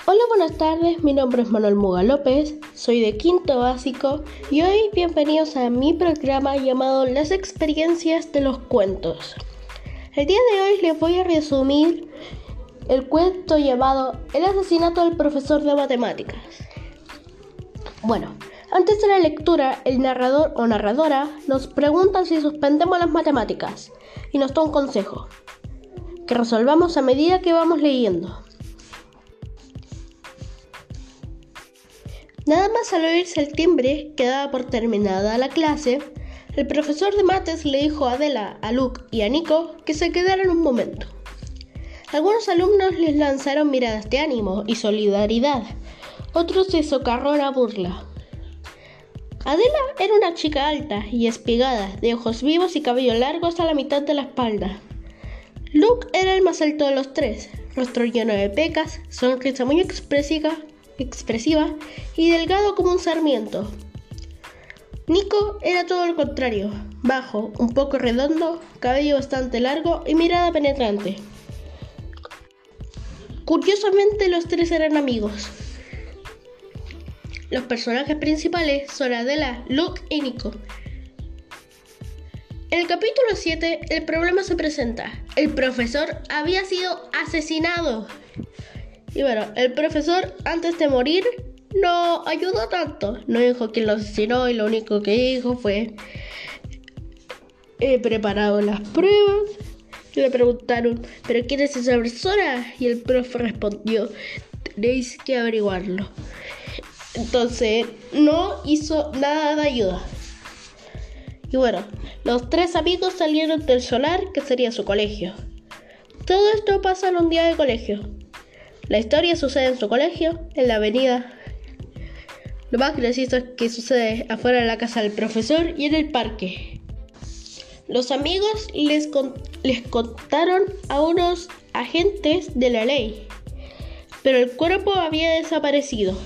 Hola, buenas tardes, mi nombre es Manuel Muga López, soy de quinto básico y hoy bienvenidos a mi programa llamado Las experiencias de los cuentos. El día de hoy les voy a resumir el cuento llamado El asesinato del profesor de matemáticas. Bueno, antes de la lectura, el narrador o narradora nos pregunta si suspendemos las matemáticas y nos da un consejo, que resolvamos a medida que vamos leyendo. Nada más al oírse el timbre que daba por terminada la clase, el profesor de mates le dijo a Adela, a Luke y a Nico que se quedaran un momento. Algunos alumnos les lanzaron miradas de ánimo y solidaridad, otros se socarraron a burla. Adela era una chica alta y espigada, de ojos vivos y cabello largo hasta la mitad de la espalda. Luke era el más alto de los tres, rostro lleno de pecas, sonrisa muy expresiva y delgado como un sarmiento. Nico era todo lo contrario, bajo, un poco redondo, cabello bastante largo y mirada penetrante. Curiosamente, los tres eran amigos. Los personajes principales son Adela, Luke y Nico. En el capítulo 7, el problema se presenta. El profesor había sido asesinado. Y bueno, el profesor antes de morir no ayudó tanto. No dijo quién lo asesinó y lo único que dijo fue: he preparado las pruebas. Le preguntaron: ¿pero quién es esa persona? Y el profe respondió: tenéis que averiguarlo. Entonces no hizo nada de ayuda. Y bueno, los tres amigos salieron del solar, que sería su colegio. Todo esto pasa en un día de colegio. La historia sucede en su colegio, en la avenida. Lo más gracioso es que sucede afuera de la casa del profesor y en el parque. Los amigos les contaron a unos agentes de la ley, pero el cuerpo había desaparecido.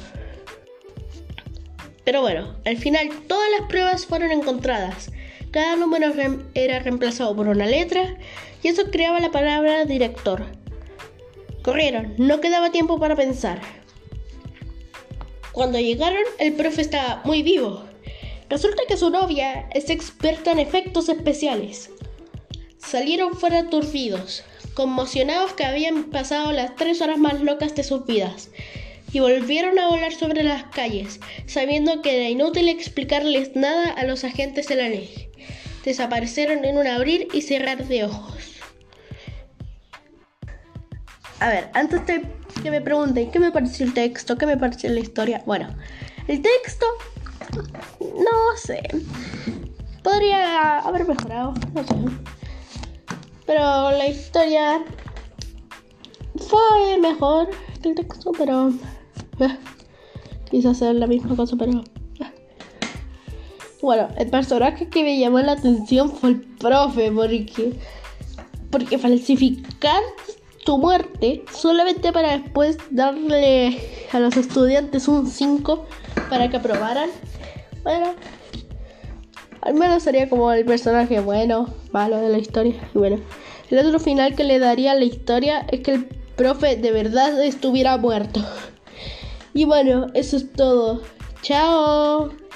Pero bueno, al final todas las pruebas fueron encontradas. Cada número era reemplazado por una letra y eso creaba la palabra director. Corrieron, no quedaba tiempo para pensar. Cuando llegaron, el profe estaba muy vivo. Resulta que su novia es experta en efectos especiales. Salieron fuera aturdidos, conmocionados que habían pasado las 3 horas más locas de sus vidas, y volvieron a volar sobre las calles, sabiendo que era inútil explicarles nada a los agentes de la ley. Desaparecieron en un abrir y cerrar de ojos. A ver, antes de que me pregunten qué me pareció el texto, qué me pareció la historia. Bueno, el texto, no sé, podría haber mejorado, no sé. Pero la historia fue mejor que el texto, pero quise hacer la misma cosa, pero bueno, el personaje que me llamó la atención fue el profe, porque falsificar tu muerte solamente para después darle a los estudiantes un 5 para que aprobaran. Bueno, al menos sería como el personaje bueno, malo de la historia. Y bueno, el otro final que le daría a la historia es que el profe de verdad estuviera muerto. Y bueno, eso es todo. ¡Chao!